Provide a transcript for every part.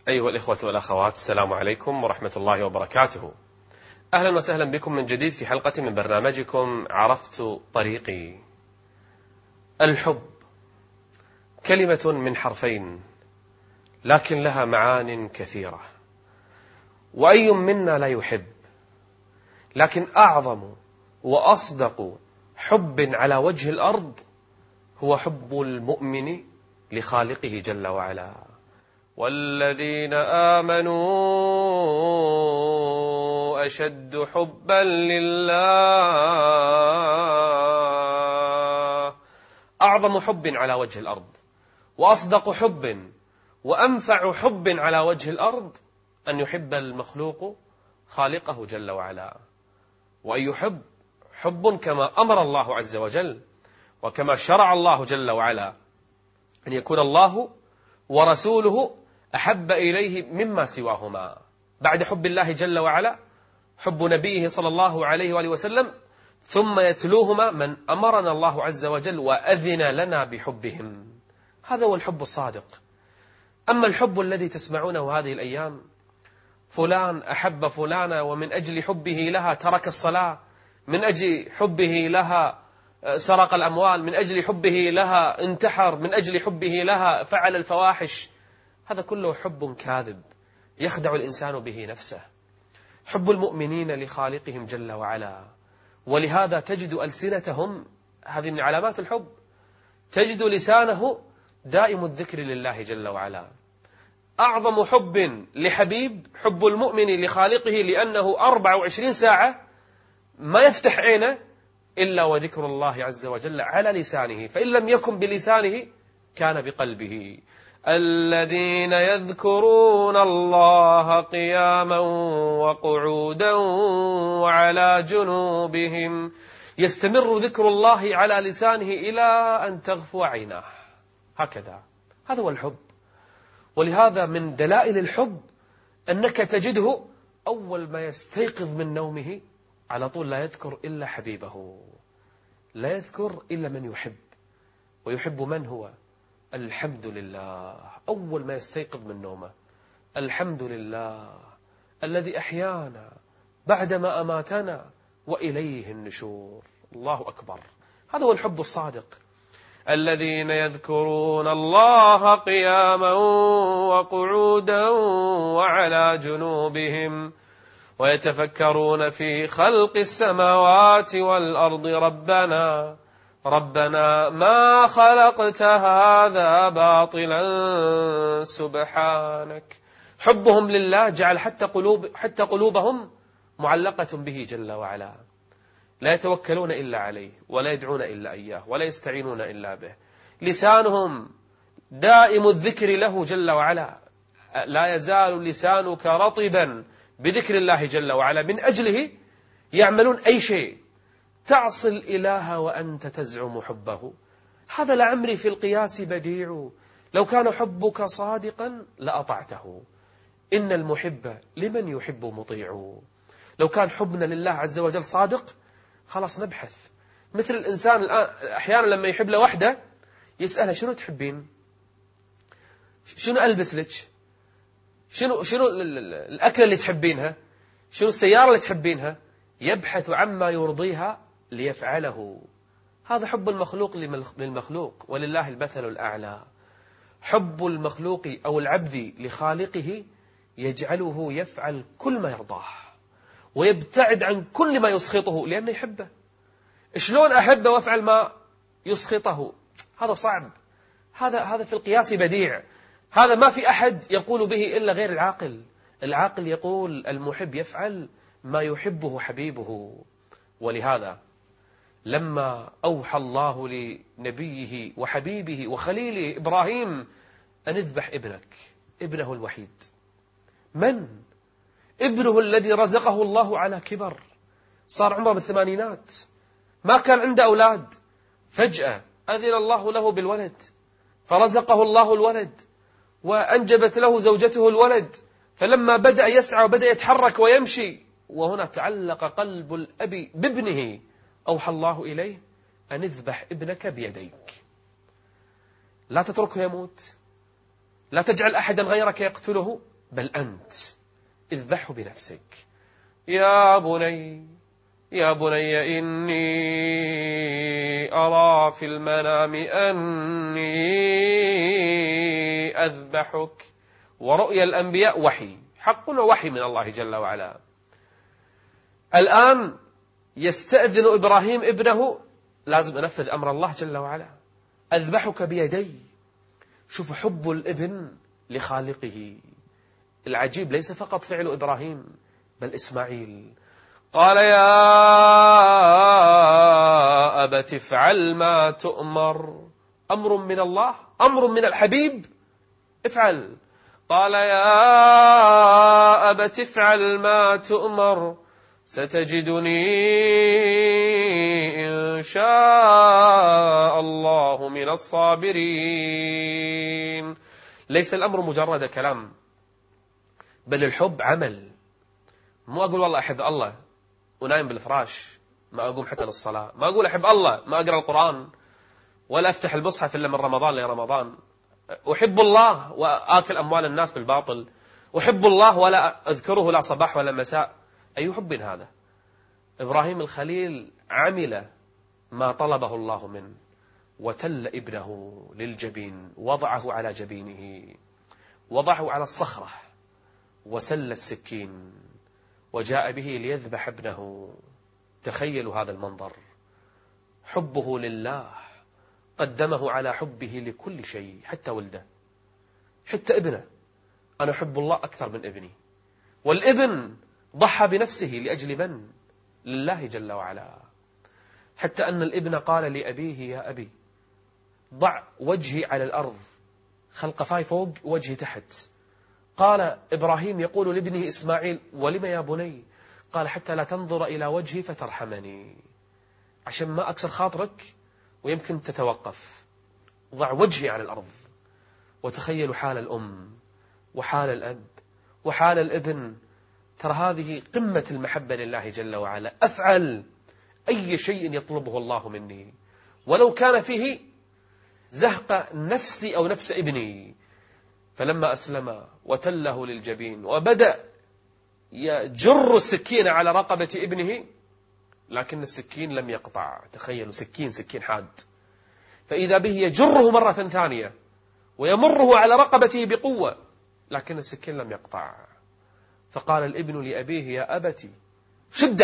أيها الإخوة والأخوات، السلام عليكم ورحمة الله وبركاته. أهلا وسهلا بكم من جديد في حلقة من برنامجكم عرفت طريقي. الحب كلمة من حرفين لكن لها معان كثيرة، وأي منا لا يحب، لكن أعظم وأصدق حب على وجه الأرض هو حب المؤمن لخالقه جل وعلا. والذين آمنوا أشد حبا لله. أعظم حب على وجه الأرض وأصدق حب وأنفع حب على وجه الأرض أن يحب المخلوق خالقه جل وعلا، وأن يحب حب كما أمر الله عز وجل وكما شرع الله جل وعلا، أن يكون الله ورسوله أحب إليه مما سواهما. بعد حب الله جل وعلا حب نبيه صلى الله عليه وآله وسلم، ثم يتلوهما من أمرنا الله عز وجل وأذن لنا بحبهم. هذا هو الحب الصادق. أما الحب الذي تسمعونه هذه الأيام، فلان أحب فلانا ومن أجل حبه لها ترك الصلاة، من أجل حبه لها سرق الأموال، من أجل حبه لها انتحر، من أجل حبه لها فعل الفواحش. هذا كله حب كاذب يخدع الإنسان به نفسه. حب المؤمنين لخالقهم جل وعلا، ولهذا تجد ألسنتهم، هذه من علامات الحب، تجد لسانه دائم الذكر لله جل وعلا. أعظم حب لحبيب حب المؤمن لخالقه، لأنه 24 ساعة ما يفتح عينه إلا وذكر الله عز وجل على لسانه، فإن لم يكن بلسانه كان بقلبه. الذين يذكرون الله قياما وقعودا وعلى جنوبهم. يستمر ذكر الله على لسانه إلى أن تغفو عيناه، هكذا. هذا هو الحب. ولهذا من دلائل الحب أنك تجده أول ما يستيقظ من نومه على طول لا يذكر إلا حبيبه، لا يذكر إلا من يحب. ويحب من هو؟ الحمد لله. أول ما يستيقظ من نومه الحمد لله الذي أحيانا بعدما أماتنا وإليه النشور. الله أكبر. هذا هو الحب الصادق. الذين يذكرون الله قياما وقعودا وعلى جنوبهم ويتفكرون في خلق السماوات والأرض ربنا ما خلقت هذا باطلا سبحانك. حبهم لله جعل حتى قلوبهم معلقة به جل وعلا، لا يتوكلون إلا عليه ولا يدعون إلا إياه ولا يستعينون إلا به. لسانهم دائم الذكر له جل وعلا، لا يزال لسانك رطبا بذكر الله جل وعلا، من أجله يعملون أي شيء. تعصي الإله وأنت تزعم حبه، هذا لعمري في القياس بديع. لو كان حبك صادقا لأطعته، إن المحب لمن يحب مطيع. لو كان حبنا لله عز وجل صادق خلاص نبحث. مثل الإنسان الآن أحيانا لما يحب له وحدة يسألها شنو تحبين، شنو ألبس لك، شنو الأكل اللي تحبينها، شنو السيارة اللي تحبينها، يبحث عما يرضيها ليفعله. هذا حب المخلوق للمخلوق، ولله المثل الأعلى. حب المخلوق أو العبد لخالقه يجعله يفعل كل ما يرضاه ويبتعد عن كل ما يسخطه لأنه يحبه. شلون أحبه وأفعل ما يسخطه؟ هذا صعب. هذا في القياس بديع. هذا ما في أحد يقول به إلا غير العاقل. العاقل يقول المحب يفعل ما يحبه حبيبه. ولهذا لما أوحى الله لنبيه وحبيبه وخليله إبراهيم أن اذبح ابنه الوحيد. من؟ ابنه الذي رزقه الله على كبر، صار عمره بالثمانينات، ما كان عنده أولاد، فجأة أذن الله له بالولد، فرزقه الله الولد وأنجبت له زوجته الولد. فلما بدأ يسعى وبدأ يتحرك ويمشي، وهنا تعلق قلب الأب بابنه، أوحى الله إليه أن اذبح ابنك بيديك، لا تتركه يموت، لا تجعل أحدا غيرك يقتله، بل أنت اذبحه بنفسك. يا بني إني أرى في المنام أني أذبحك. ورؤيا الأنبياء وحي، حق ووحي من الله جل وعلا. الآن يستأذن إبراهيم ابنه، لازم أنفذ أمر الله جل وعلا، أذبحك بيدي. شوف حب الابن لخالقه. العجيب ليس فقط فعل إبراهيم بل إسماعيل. قال يا أبت افعل ما تؤمر. أمر من الله، أمر من الحبيب، افعل. قال يا أبت افعل ما تؤمر ستجدني إن شاء الله من الصابرين. ليس الأمر مجرد كلام، بل الحب عمل. مو أقول والله أحب الله ونايم بالفراش ما أقوم حتى للصلاة، ما أقول أحب الله ما أقرأ القرآن ولا أفتح المصحف إلا من رمضان لرمضان، أحب الله وآكل أموال الناس بالباطل، أحب الله ولا أذكره لا صباح ولا مساء. أي حب هذا؟ إبراهيم الخليل عمل ما طلبه الله منه، وتل ابنه للجبين، وضعه على جبينه، وضعه على الصخرة، وسل السكين، وجاء به ليذبح ابنه. تخيلوا هذا المنظر، حبه لله قدمه على حبه لكل شيء، حتى ولده، حتى ابنه. أنا أحب الله أكثر من ابني. والابن ضحى بنفسه لأجل من؟ لله جل وعلا. حتى أن الابن قال لأبيه يا أبي ضع وجهي على الأرض، خلق فاي فوق وجهي تحت. قال إبراهيم يقول لابنه إسماعيل ولم يا بني؟ قال حتى لا تنظر إلى وجهي فترحمني، عشان ما أكسر خاطرك ويمكن تتوقف. ضع وجهي على الأرض. وتخيلوا حال الأم وحال الأب وحال الابن. ترى هذه قمة المحبة لله جل وعلا. أفعل أي شيء يطلبه الله مني ولو كان فيه زهق نفسي أو نفس ابني. فلما أسلم وتله للجبين وبدأ يجر السكين على رقبة ابنه، لكن السكين لم يقطع. تخيلوا سكين حاد. فإذا به يجره مرة ثانية ويمره على رقبته بقوة، لكن السكين لم يقطع. فقال الابن لأبيه يا أبتي شد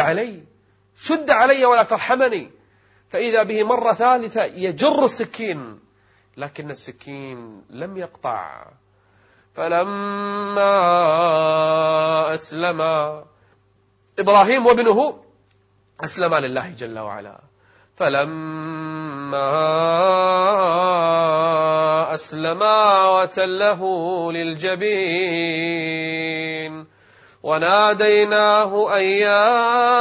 علي ولا ترحمني. فإذا به مرة ثالثة يجر السكين، لكن السكين لم يقطع. فلما أسلم إبراهيم وابنه أسلم لله جل وعلا. فلما أسلما وتله للجبين وناديناه أن يا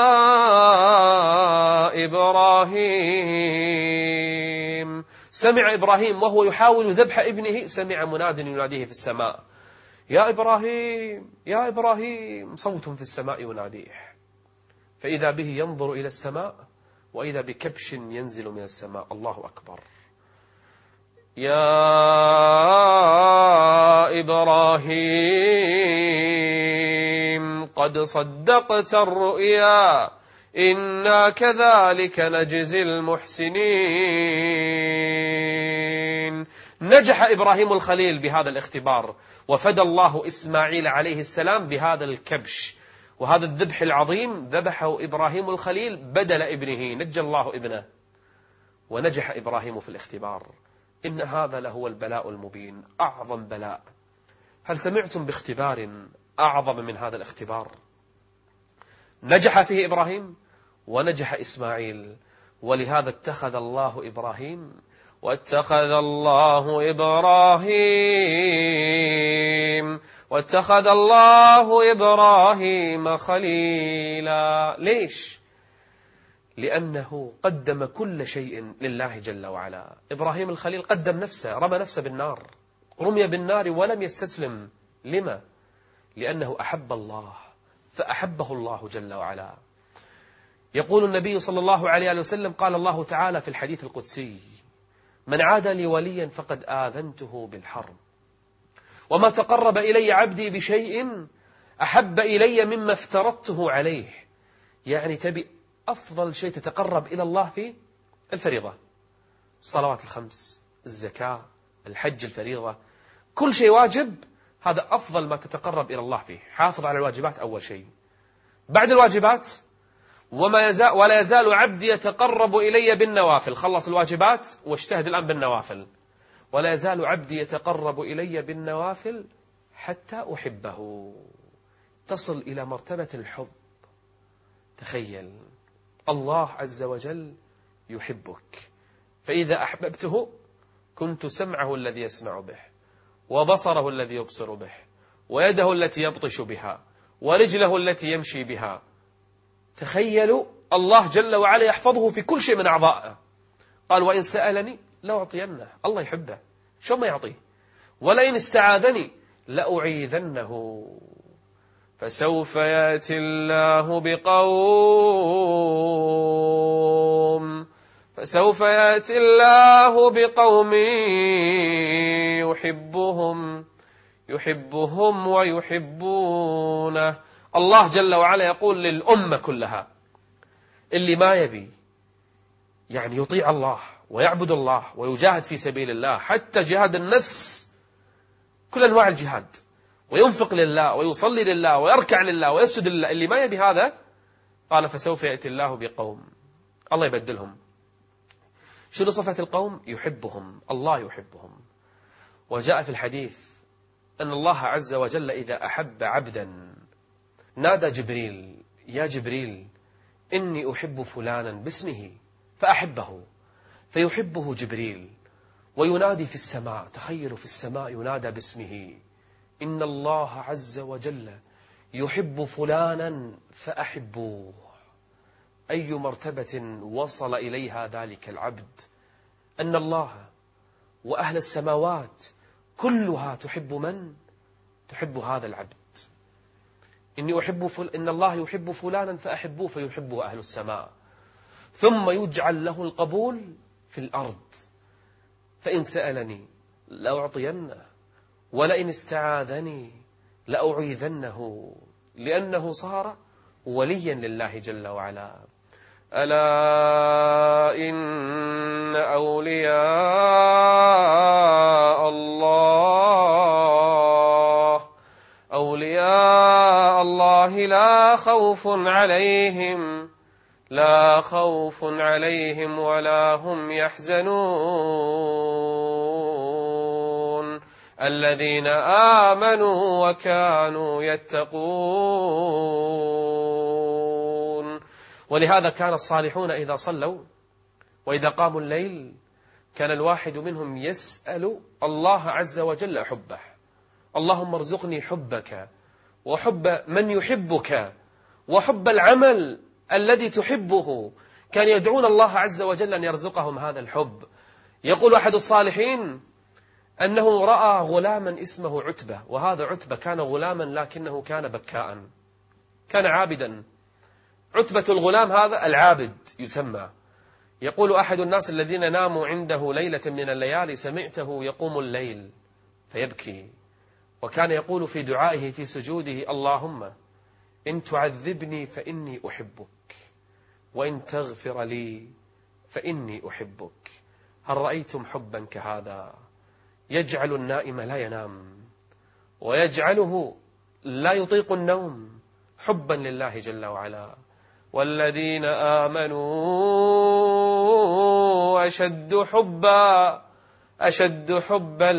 إبراهيم. سمع إبراهيم وهو يحاول ذبح ابنه، سمع مناد يناديه في السماء يا إبراهيم يا إبراهيم، صوت في السماء يناديه. فإذا به ينظر إلى السماء وإذا بكبش ينزل من السماء. الله أكبر. يا إبراهيم قد صدقت الرؤيا إنا كذلك نجزي المحسنين. نجح إبراهيم الخليل بهذا الاختبار، وفدى الله إسماعيل عليه السلام بهذا الكبش، وهذا الذبح العظيم ذبحه إبراهيم الخليل بدل ابنه. نجى الله ابنه ونجح إبراهيم في الاختبار. إن هذا لهو البلاء المبين، أعظم بلاء. هل سمعتم باختبار أعظم من هذا الاختبار؟ نجح فيه إبراهيم ونجح إسماعيل، ولهذا اتخذ الله إبراهيم واتخذ الله إبراهيم خليلا. ليش؟ لأنه قدم كل شيء لله جل وعلا. إبراهيم الخليل قدم نفسه، رمى نفسه بالنار، رمي بالنار ولم يستسلم. لما؟ لأنه أحب الله فأحبه الله جل وعلا. يقول النبي صلى الله عليه وسلم قال الله تعالى في الحديث القدسي من عاد لي وليا فقد آذنته بالحرب. وما تقرب إلي عبدي بشيء أحب إلي مما افترضته عليه. يعني تبي أفضل شيء تتقرب إلى الله فيه الفريضة، الصلوات الخمس، الزكاة، الحج الفريضة، كل شيء واجب، هذا أفضل ما تتقرب إلى الله فيه. حافظ على الواجبات أول شيء. بعد الواجبات ولا يزال عبدي يتقرب إلي بالنوافل. خلص الواجبات واجتهد الآن بالنوافل. ولا يزال عبدي يتقرب إلي بالنوافل حتى أحبه. تصل إلى مرتبة الحب. تخيل الله عز وجل يحبك، فإذا أحببته كنت سمعه الذي يسمع به، وبصره الذي يبصر به، ويده التي يبطش بها، ورجله التي يمشي بها. تخيلوا الله جل وعلا يحفظه في كل شيء من أعضائه. قال وإن سألني لأعطينه. الله يحبه، شو ما يعطيه. ولئن استعاذني لأعيذنه. فسوف يأتي الله بقوم يحبهم ويحبونه. الله جل وعلا يقول للأمة كلها اللي ما يبي يعني يطيع الله ويعبد الله ويجاهد في سبيل الله، حتى جهاد النفس، كل أنواع الجهاد، وينفق لله ويصلي لله ويركع لله ويسجد لله، اللي ما يبي هذا قال فسوف يأتي الله بقوم الله يبدلهم. شنو صفة القوم؟ يحبهم، الله يحبهم. وجاء في الحديث أن الله عز وجل إذا أحب عبدا نادى جبريل يا جبريل إني أحب فلانا باسمه فأحبه، فيحبه جبريل وينادي في السماء. تخيلوا في السماء ينادى باسمه إن الله عز وجل يحب فلانا فأحبوه. أي مرتبة وصل إليها ذلك العبد، أن الله وأهل السماوات كلها تحب من؟ تحب هذا العبد. إن الله يحب فلانا فأحبوه، فيحبه أهل السماء، ثم يجعل له القبول في الأرض. فإن سألني لأعطينه، ولئن استعاذني لأعيذنه، لأنه صار وليا لله جل وعلا. ألا إن أولياء الله لا خوف عليهم ولا هم يحزنون الذين آمنوا وكانوا يتقون. ولهذا كان الصالحون إذا صلوا وإذا قاموا الليل كان الواحد منهم يسأل الله عز وجل حبه. اللهم ارزقني حبك وحب من يحبك وحب العمل الذي تحبه. كان يدعون الله عز وجل أن يرزقهم هذا الحب. يقول أحد الصالحين أنه رأى غلاما اسمه عتبة، وهذا عتبة كان غلاما لكنه كان بكاء، كان عابدا. عتبة الغلام هذا العابد يسمى. يقول أحد الناس الذين ناموا عنده ليلة من الليالي سمعته يقوم الليل فيبكي، وكان يقول في دعائه في سجوده اللهم إن تعذبني فإني أحبك، وإن تغفر لي فإني أحبك. هل رأيتم حبا كهذا يجعل النائم لا ينام ويجعله لا يطيق النوم؟ حبا لله جل وعلا. والذين آمنوا أشد حبا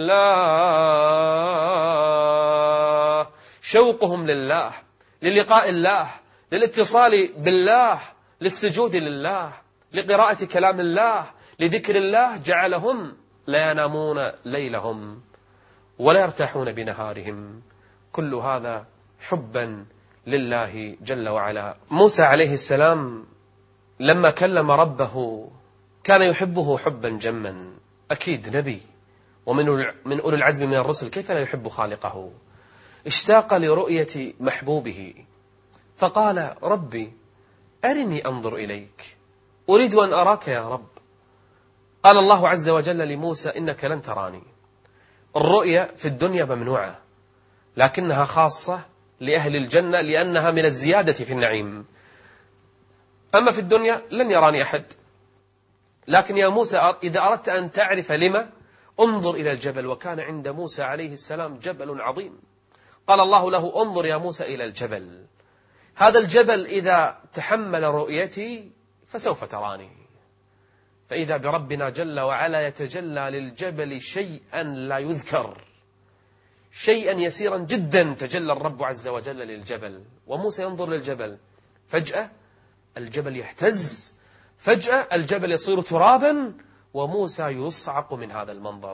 لله. شوقهم لله، للقاء الله، للاتصال بالله، للسجود لله، لقراءة كلام الله، لذكر الله، جعلهم لا ينامون ليلهم ولا يرتاحون بنهارهم. كل هذا حبا لله جل وعلا. موسى عليه السلام لما كلم ربه كان يحبه حبا جما. أكيد نبي ومن أولي العزم من الرسل، كيف لا يحب خالقه؟ اشتاق لرؤية محبوبه فقال ربي أرني أنظر إليك، أريد أن أراك يا رب. قال الله عز وجل لموسى إنك لن تراني الرؤية في الدنيا ممنوعة، لكنها خاصة لأهل الجنة لأنها من الزيادة في النعيم. أما في الدنيا لن يراني أحد. لكن يا موسى إذا أردت أن تعرف لما، انظر إلى الجبل. وكان عند موسى عليه السلام جبل عظيم، قال الله له انظر يا موسى إلى الجبل، هذا الجبل إذا تحمل رؤيتي فسوف تراني. فإذا بربنا جل وعلا يتجلى للجبل شيئا لا يذكر، شيئا يسيرا جدا تجلى الرب عز وجل للجبل، وموسى ينظر للجبل، فجأة الجبل يهتز، فجأة الجبل يصير ترابا، وموسى يصعق من هذا المنظر.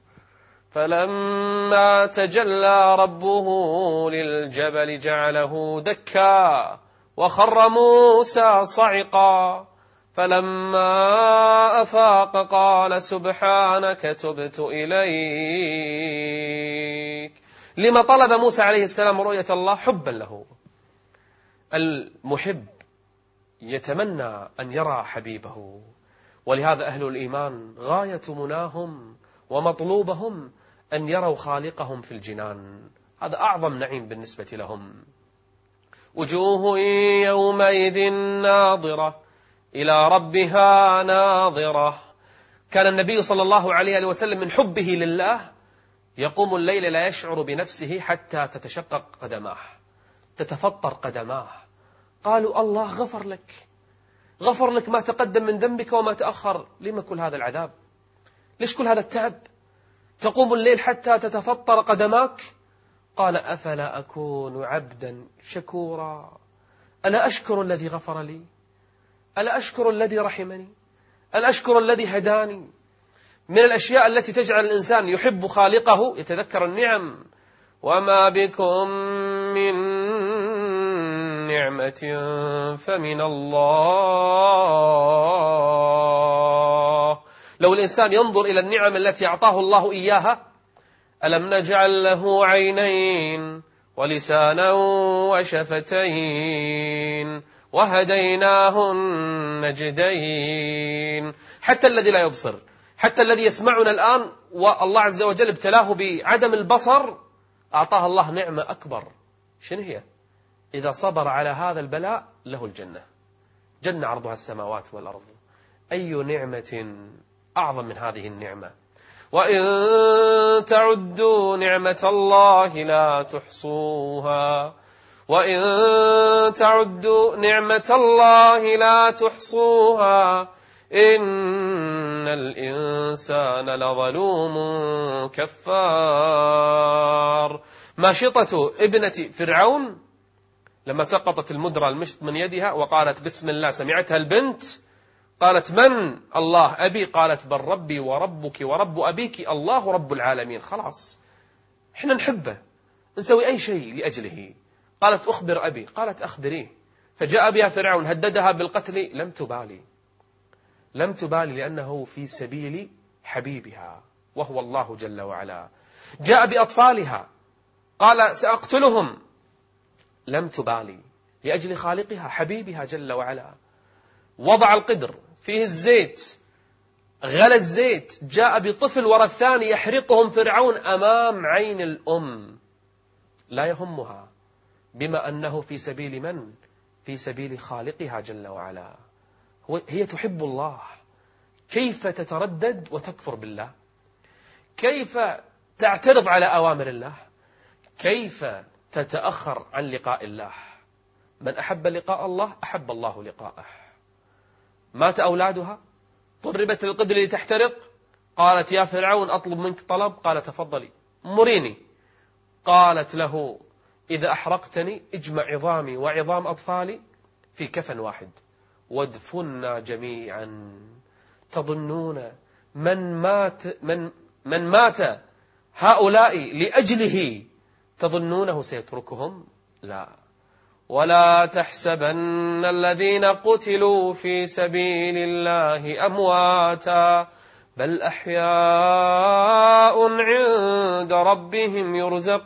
فلما تجلى ربه للجبل جعله دكا وخر موسى صعقا، فلما أفاق قال سبحانك تبت إليك. لما طلب موسى عليه السلام رؤية الله؟ حبا له. المحب يتمنى أن يرى حبيبه، ولهذا أهل الإيمان غاية مناهم ومطلوبهم أن يروا خالقهم في الجنان، هذا أعظم نعيم بالنسبة لهم. وجوه يومئذ ناظرة إلى ربها ناظرة. كان النبي صلى الله عليه وسلم من حبه لله يقوم الليل لا يشعر بنفسه حتى تتشقق قدماه، تتفطر قدماه. قالوا الله غفر لك ما تقدم من ذنبك وما تأخر، لما كل هذا العذاب؟ ليش كل هذا التعب؟ تقوم الليل حتى تتفطر قدماك؟ قال أفلا أكون عبدا شكورا؟ ألا أشكر الذي غفر لي؟ ألا أشكر الذي رحمني؟ ألا أشكر الذي هداني؟ من الأشياء التي تجعل الإنسان يحب خالقه يتذكر النعم. وما بكم من نعمة فمن الله. لو الإنسان ينظر إلى النعم التي أعطاه الله إياها، ألم نجعل له عينين ولسانا وشفتين وهديناه النجدين. حتى الذي لا يبصر، حتى الذي يسمعنا الآن والله عز وجل ابتلاه بعدم البصر، أعطاه الله نعمة أكبر. شنو هي؟ إذا صبر على هذا البلاء له الجنة، جنة عرضها السماوات والأرض. أي نعمة أعظم من هذه النعمة؟ وإن تعدوا نعمة الله لا تحصوها، وإن تعدوا نعمة الله لا تحصوها إن الإنسان لظلوم كفار. ماشطة ابنة فرعون لما سقطت المدرة المشط من يدها وقالت بسم الله، سمعتها البنت قالت من؟ الله. أبي؟ قالت بل ربي وربك ورب أبيك الله رب العالمين. خلاص احنا نحبه، نسوي أي شيء لأجله. قالت أخبر أبي، قالت أخبريه. فجاء بها فرعون هددها بالقتل، لم تبالي لأنه في سبيل حبيبها وهو الله جل وعلا. جاء بأطفالها قال سأقتلهم، لم تبالي لأجل خالقها حبيبها جل وعلا. وضع القدر فيه الزيت، غلى الزيت، جاء بطفل ورا الثاني يحرقهم فرعون أمام عين الأم، لا يهمها بما أنه في سبيل من؟ في سبيل خالقها جل وعلا. هي تحب الله. كيف تتردد وتكفر بالله؟ كيف تعترض على أوامر الله؟ كيف تتأخر عن لقاء الله؟ من أحب لقاء الله أحب الله لقاءه. مات أولادها، طربت القدر لتحترق، قالت يا فرعون أطلب منك طلب، قال تفضلي مريني. قالت له إذا أحرقتني اجمع عظامي وعظام أطفالي في كفن واحد وادفنا جميعا. تظنون من مات هؤلاء لأجله تظنونه سيتركهم؟ لا. ولا تحسبن الذين قتلوا في سبيل الله أمواتا بل أحياء عند ربهم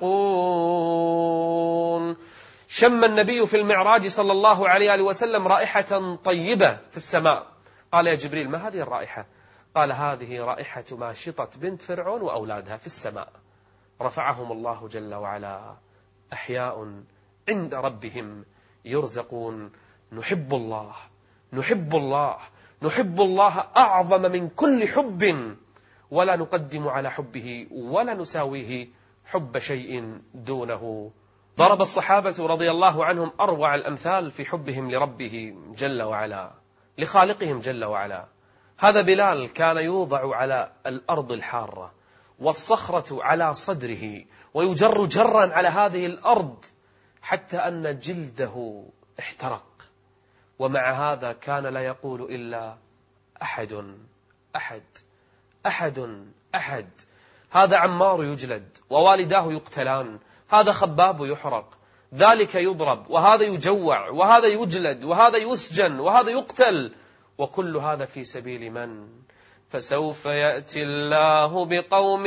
يرزقون. شم النبي في المعراج صلى الله عليه وسلم رائحة طيبة في السماء، قال يا جبريل ما هذه الرائحة؟ قال هذه رائحة ماشطة بنت فرعون وأولادها في السماء، رفعهم الله جل وعلا أحياء عند ربهم يرزقون. نحب الله، نحب الله، نحب الله أعظم من كل حب، ولا نقدم على حبه ولا نساويه حب شيء دونه. ضرب الصحابة رضي الله عنهم أروع الأمثال في حبهم لربه جل وعلا، لخالقهم جل وعلا. هذا بلال كان يوضع على الأرض الحارة والصخرة على صدره ويجر جرا على هذه الأرض حتى أن جلده احترق، ومع هذا كان لا يقول إلا أحد أحد أحد أحد. هذا عمار يجلد ووالداه يقتلان، هذا خباب يحرق، ذلك يضرب، وهذا يجوع، وهذا يجلد، وهذا يسجن، وهذا يقتل، وكل هذا في سبيل من؟ فسوف يأتي الله بقوم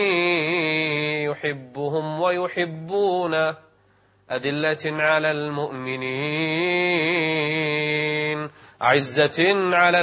يحبهم ويحبونه أذلة على المؤمنين عزة على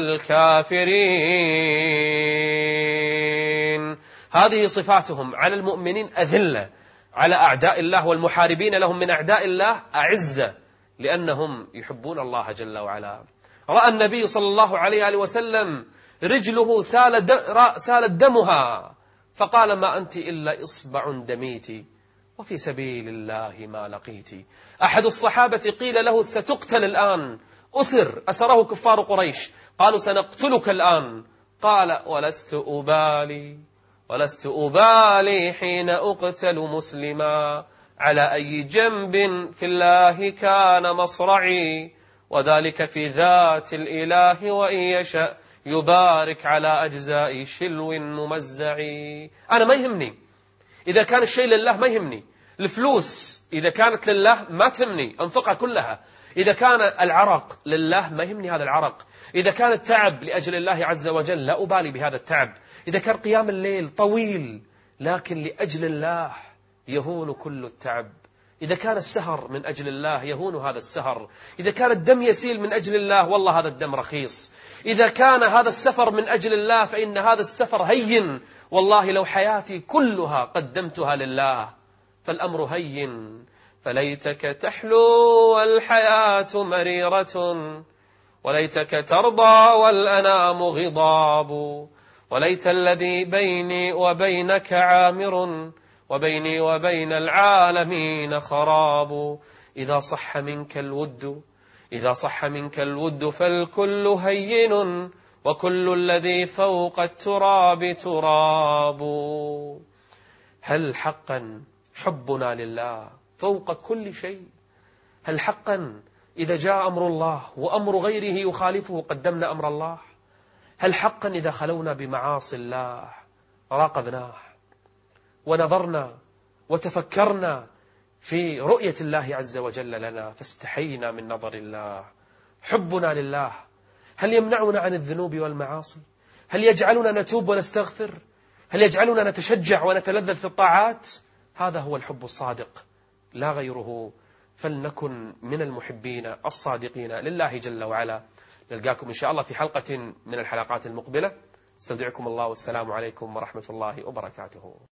الكافرين. هذه صفاتهم: على المؤمنين أذلة، على أعداء الله والمحاربين لهم من أعداء الله أعزة، لأنهم يحبون الله جل وعلا. رأى النبي صلى الله عليه وسلم رجله سالت دمها، فقال: ما أنت إلا إصبع دميت وفي سبيل الله ما لقيت. أحد الصحابة قيل له: ستقتل الآن، أسره كفار قريش، قالوا: سنقتلك الآن. قال: ولست أبالي حين أقتل مسلما، على أي جنب في الله كان مصرعي، وذلك في ذات الإله وإن يشأ يبارك على أجزاء شلو ممزع. أنا ما يهمني إذا كان الشيء لله، ما يهمني الفلوس إذا كانت لله ما تهمني، أنفقها كلها. إذا كان العرق لله ما يهمني هذا العرق. إذا كان التعب لأجل الله عز وجل لا أبالي بهذا التعب. إذا كان قيام الليل طويل لكن لأجل الله يهون كل التعب. إذا كان السهر من أجل الله يهون هذا السهر. إذا كان الدم يسيل من أجل الله والله هذا الدم رخيص. إذا كان هذا السفر من أجل الله فإن هذا السفر هين، والله لو حياتي كلها قدمتها لله فالأمر هين. فليتك تحلو والحياة مريرة، وليتك ترضى والأنام غضاب، وليت الذي بيني وبينك عامر، وبيني وبين العالمين خراب. إذا صح منك الود فالكل هين، وكل الذي فوق التراب تراب. هل حقا حبنا لله فوق كل شيء؟ هل حقا إذا جاء أمر الله وأمر غيره يخالفه قدمنا أمر الله؟ هل حقا إذا خلونا بمعاصي الله راقبناه ونظرنا وتفكرنا في رؤية الله عز وجل لنا فاستحينا من نظر الله؟ حبنا لله هل يمنعنا عن الذنوب والمعاصي؟ هل يجعلنا نتوب ونستغفر؟ هل يجعلنا نتشجع ونتلذذ في الطاعات؟ هذا هو الحب الصادق لا غيره. فلنكن من المحبين الصادقين لله جل وعلا. نلقاكم إن شاء الله في حلقة من الحلقات المقبلة. استودعكم الله والسلام عليكم ورحمة الله وبركاته.